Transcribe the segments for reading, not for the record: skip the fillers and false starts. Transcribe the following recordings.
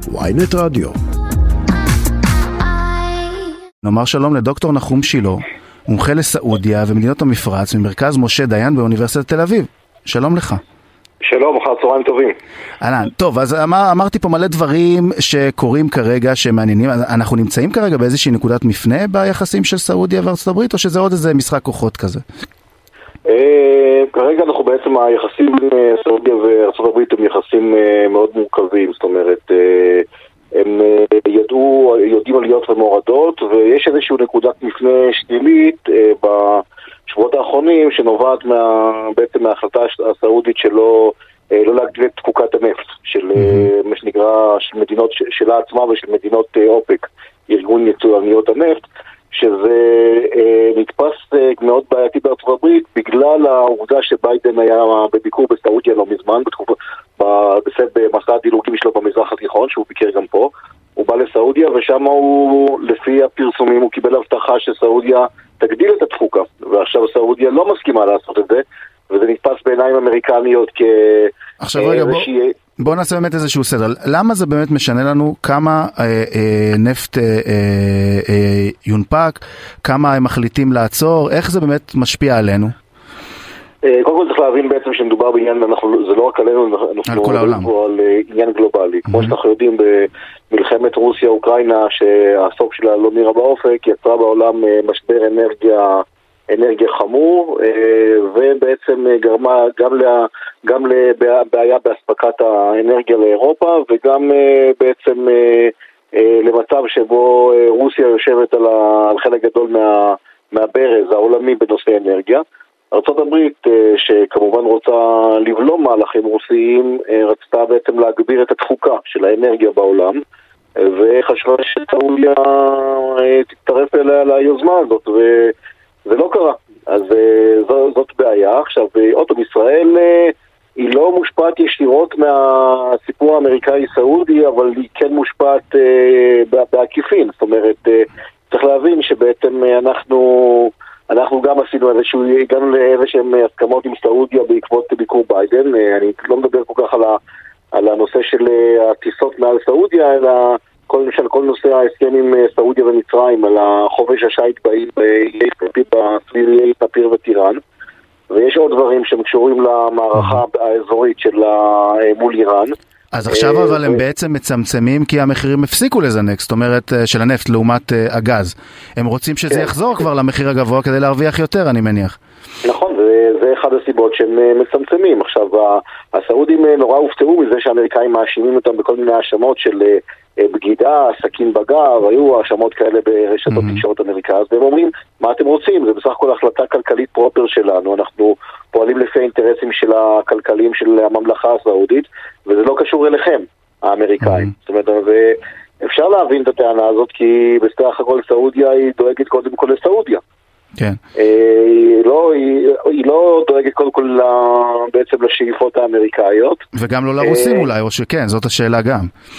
ynet רדיו. נאמר שלום לדוקטור נחום שילה, מומחה לסעודיה ומדינות המפרץ ממרכז משה דיין באוניברסיטת תל אביב. שלום לך. שלום, אחר צהריים טובים. אהלן, טוב, אז אמרתי פה מלא דברים שקורים כרגע שמעניינים. אנחנו נמצאים כרגע באיזושהי נקודת מפנה ביחסים של סעודיה וארצות הברית, או שזה עוד איזה משחק כוחות כזה? כרגע אנחנו בעצם היחסים בין סעודיה וארצות הברית הם יחסים מאוד מורכבים, זאת אומרת הם יודעים עליות ומורדות, ויש איזושהי נקודת מפנה שלילית בשבועות האחרונים שנובעת בעצם מההחלטה הסעודית שלא להגדיל את תפוקת הנפט של מה שנקרא של מדינות שלה עצמה ושל מדינות אופק, ארגון יצואניות הנפט, שזה נתפס מאוד בעייתי בארצות הברית בגלל העובדה שביידן היה בביקור בסעודיה לא מזמן, במסע הדילוגים שלו במזרח התיכון, שהוא ביקר גם פה. הוא בא לסעודיה ושם הוא, לפי הפרסומים, הוא קיבל הבטחה שסעודיה תגדיל את התפוקה, ועכשיו סעודיה לא מסכימה לעשות את זה, וזה נתפס בעיניים אמריקניות עכשיו רגע, בוא נעשה באמת איזשהו סדר. למה זה באמת משנה לנו כמה נפט יונפק, כמה הם מחליטים לעצור, איך זה באמת משפיע עלינו? קודם כל צריך להבין בעצם שמדובר בעניין, זה לא רק עלינו, אנחנו מדברים פה על עניין גלובלי. כמו שאנחנו יודעים, במלחמת רוסיה-אוקראינה, שהסוף שלה לא נראה באופק, יצרה בעולם משבר אנרגיה חמור, ובעצם גרמה גם לבעיה באספקת האנרגיה לאירופה, וגם בעצם למצב שבו רוסיה יושבת על חלק גדול מהברז העולמי בנושא אנרגיה. ארצות הברית, שכמובן רוצה לבלום מהלכים רוסיים, רצתה בעצם להגביר את התפוקה של האנרגיה בעולם, וחשבה שסעודיה תצטרף אליה ליוזמה הזאת, וזה לא קרה. אז זאת בעיה. עכשיו, עוד ישראל היא לא מושפעת ישירות מהסיפור האמריקאי-סעודי, אבל היא כן מושפעת בעקיפין. זאת אומרת, צריך להבין שבעצם אנחנו גם הגענו לאיזשהם הסכמות עם סעודיה בעקבות ביקור ביידן. אני לא מדבר כל כך על הנושא של הטיסות מעל סעודיה, אלא כל נושא ההסכם עם סעודיה ומצרים, על החופש השייט בסביבי פפיר וטירן. ויש עוד דברים שהם קשורים למערכה האזורית מול איראן. אז עכשיו אבל הם בעצם מצמצמים כי המחירים הפסיקו לזנק, זאת אומרת של הנפט לעומת הגז. הם רוצים שזה יחזור כבר למחיר הגבוה כדי להרוויח יותר, אני מניח. נכון, זה אחד הסיבות שהם מצמצמים. עכשיו, הסעודים נורא הופתעו מזה שהאמריקאים מאשימים אותם בכל מיני האשמות של בגידה, סכין בגב, היו האשמות כאלה ברשתות תקשורת אמריקאיות, והם אומרים, מה אתם רוצים? זה בסך הכל החלטה כלכלית פרופר שלנו, אנחנו פועלים לפי האינטרסים של הכלכליים של הממלכה הסעודית, וזה לא קשור אליכם, האמריקאים. זאת אומרת, אפשר להבין את הטענה הזאת, כי בסך הכל סעודיה היא דואגת קודם כל לסעודיה. כן. היא לא דואגת קודם כל בעצם לשאיפות האמריקאיות. וגם לא לרוסים אולי, או שכן, זאת השאלה גם.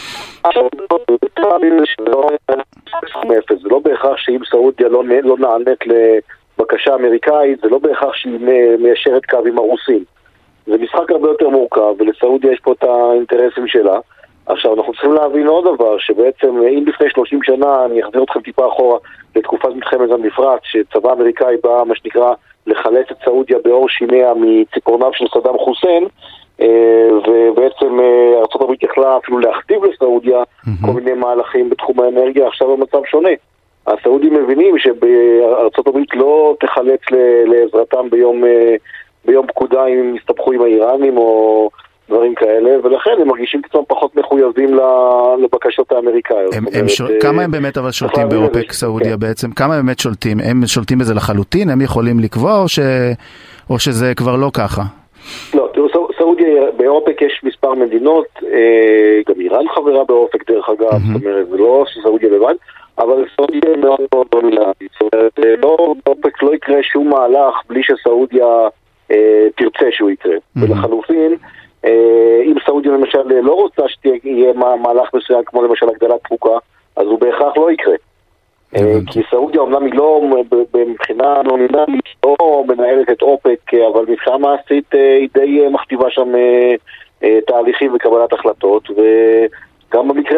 זה לא בהכרח שאם סעודיה לא נענית לבקשה אמריקאית, זה לא בהכרח שהיא מיישרת קו עם הרוסים. זה משחק הרבה יותר מורכב, ולסעודיה יש פה את האינטרסים שלה. עכשיו, אנחנו צריכים להבין עוד דבר, שבעצם, אם לפני 30 שנה, אני אחזיר אתכם טיפה אחורה לתקופת מלחמת המפרץ, שצבא אמריקאי בא, מה שנקרא, לחלץ את סעודיה באור שיניה מציפורניו של סדאם חוסיין, ובעצם ארצות הברית יכלה אפילו להכתיב לסעודיה כל מיני מהלכים בתחום האנרגיה. עכשיו המצב שונה. הסעודים מבינים שארצות הברית לא תחלץ לעזרתם ביום פקודה אם הם יסתבכו עם האיראנים או דברים כאלה, ולכן הם מרגישים קצת פחות מחויבים לבקשות האמריקאיות. כמה הם באמת אבל שולטים באופק סעודיה בעצם? כמה הם באמת שולטים? הם שולטים בזה לחלוטין? הם יכולים לקבוע או שזה כבר לא ככה? לא, תראו, סעודיה, באופק יש מספר מדינות, גם איראן חברה באופק דרך אגב, זאת אומרת, זה לא סעודיה לבד, אבל סעודיה מאוד מאוד דומיננטית, זאת אומרת, באופק לא יקרה שום מהלך בלי שסעודיה תרצה שהוא יקרה, ולחלופין, אם סעודיה למשל לא רוצה שתהיה מהלך מסוים כמו למשל הגדלת תפוקה, אז הוא בהכרח לא יקרה. כי סעודיה אומנם היא לא, מבחינה נומינלית, לא מנהלת את אופק, אבל מבחינה מעשית היא די מכתיבה שם תהליכים וקבלת החלטות, וגם במקרה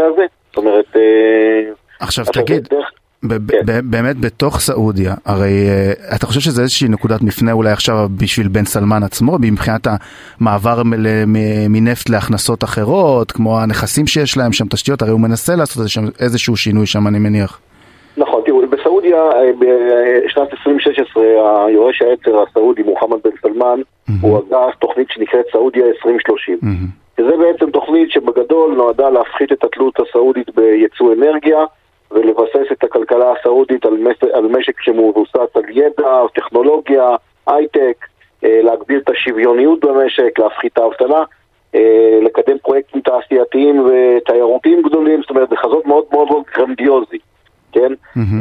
הזה. זאת אומרת... עכשיו תגיד, באמת בתוך סעודיה, הרי אתה חושב שזה איזושהי נקודת מפנה אולי עכשיו בשביל בן סלמן עצמו, מבחינת המעבר מנפט להכנסות אחרות, כמו הנכסים שיש להם שם תשתיות, הרי הוא מנסה לעשות איזשהו שינוי שם, אני מניח. נכון, תראו, בסעודיה בשנת 2016 היורש העצר הסעודי מוחמד בן סלמן הוא הגה תוכנית שנקראת סעודיה 2030. וזה בעצם תוכנית שבגדול נועדה להפחית את התלות הסעודית בייצוא אנרגיה ולבסס את הכלכלה הסעודית על משק שמבוסס על ידע, טכנולוגיה, הייטק, להגביר את השוויוניות במשק, להפחית את האבטלה, לקדם פרויקטים תעשייתיים ותיירותיים גדולים, זאת אומרת, זה חזות מאוד מאוד מאוד גרנדיוזי, כן?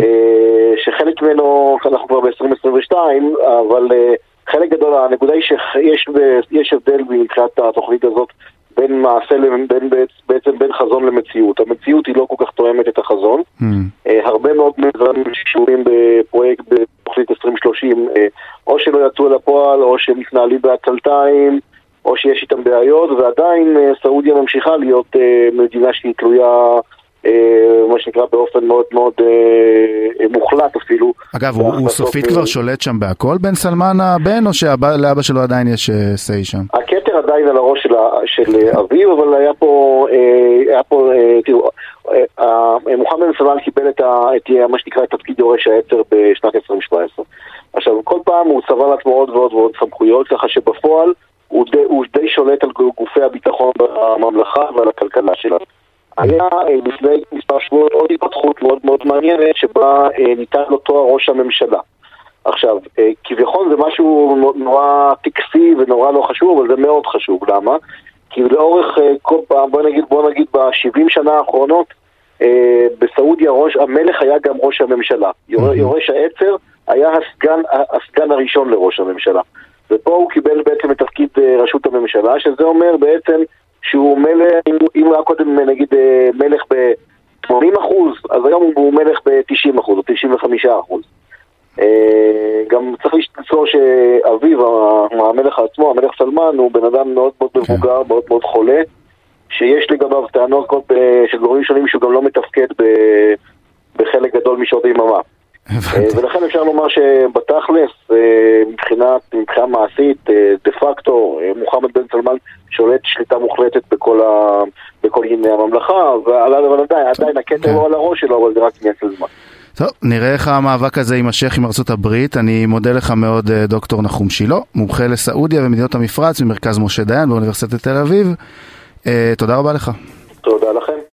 שחלק ממנו, אנחנו כבר ב-2022, אבל חלק גדול, הנקודה היא שיש הבדל מבחינת התוכנית הזאת בין מעשה, בעצם בין חזון למציאות. המציאות היא לא כל כך תואמת את החזון. הרבה מאוד מזרמים שקשורים בפרויקט בתוכנית 2030, או שלא יצאו לפועל, או שמתנהלים בעצלתיים, או שיש איתם בעיות, ועדיין סעודיה ממשיכה להיות מדינה שהיא תלויה, מה שנקרא באופן מאוד מאוד מוחלט אפילו. אגב, הוא סופית כבר שולט שם בהכל בן סלמן הבן, או שלאבא שלו עדיין יש סי שם? הכתר עדיין על הראש של אביו, אבל היה פה, תראו, מוחמד בן סלמן קיבל את מה שנקרא את תפקיד יורש העצר בשנת 2017. עכשיו, כל פעם הוא צבר לעצמו עוד ועוד ועוד סמכויות, ככה שבפועל הוא די שולט על גופי הביטחון בממלכה ועל הכלכלה שלה. היה לפני מספר שבועות עוד התפתחות מאוד מאוד מעניינת שבה ניתן לו תואר ראש הממשלה. עכשיו, כביכול זה משהו נורא טקסי ונורא לא חשוב, אבל זה מאוד חשוב. למה? כי לאורך, בוא נגיד ב-70 שנה האחרונות, בסעודיה המלך היה גם ראש הממשלה. יורש העצר היה הסגן הראשון לראש הממשלה. ופה הוא קיבל בעצם את תפקיד ראשות הממשלה, שזה אומר בעצם שהוא מלך, אם היה קודם נגיד מלך ב-80%, אז היום הוא מלך ב-90% או 95%. גם צריך לזכור שאביו, המלך עצמו, המלך סלמן, הוא בן אדם מאוד מאוד מבוגר, מאוד מאוד חולה, שיש לגביו טענות של גורמים שונים שהוא גם לא מתפקד בחלק גדול משעות היממה. ולכן אפשר לומר שבתכלס, מבחינה מעשית, דה פקטו, מוחמד בן סלמן שולט שליטה מוחלטת בכל ענייני הממלכה, אבל עדיין הכתר לא על הראש שלו, אבל זה רק עניין של זמן. טוב, נראה איך המאבק הזה יימשך עם ארצות הברית. אני מודה לך מאוד, דוקטור נחום שילה, מומחה לסעודיה ומדינות המפרץ ממרכז משה דיין באוניברסיטת תל אביב. תודה רבה לך. תודה לכם.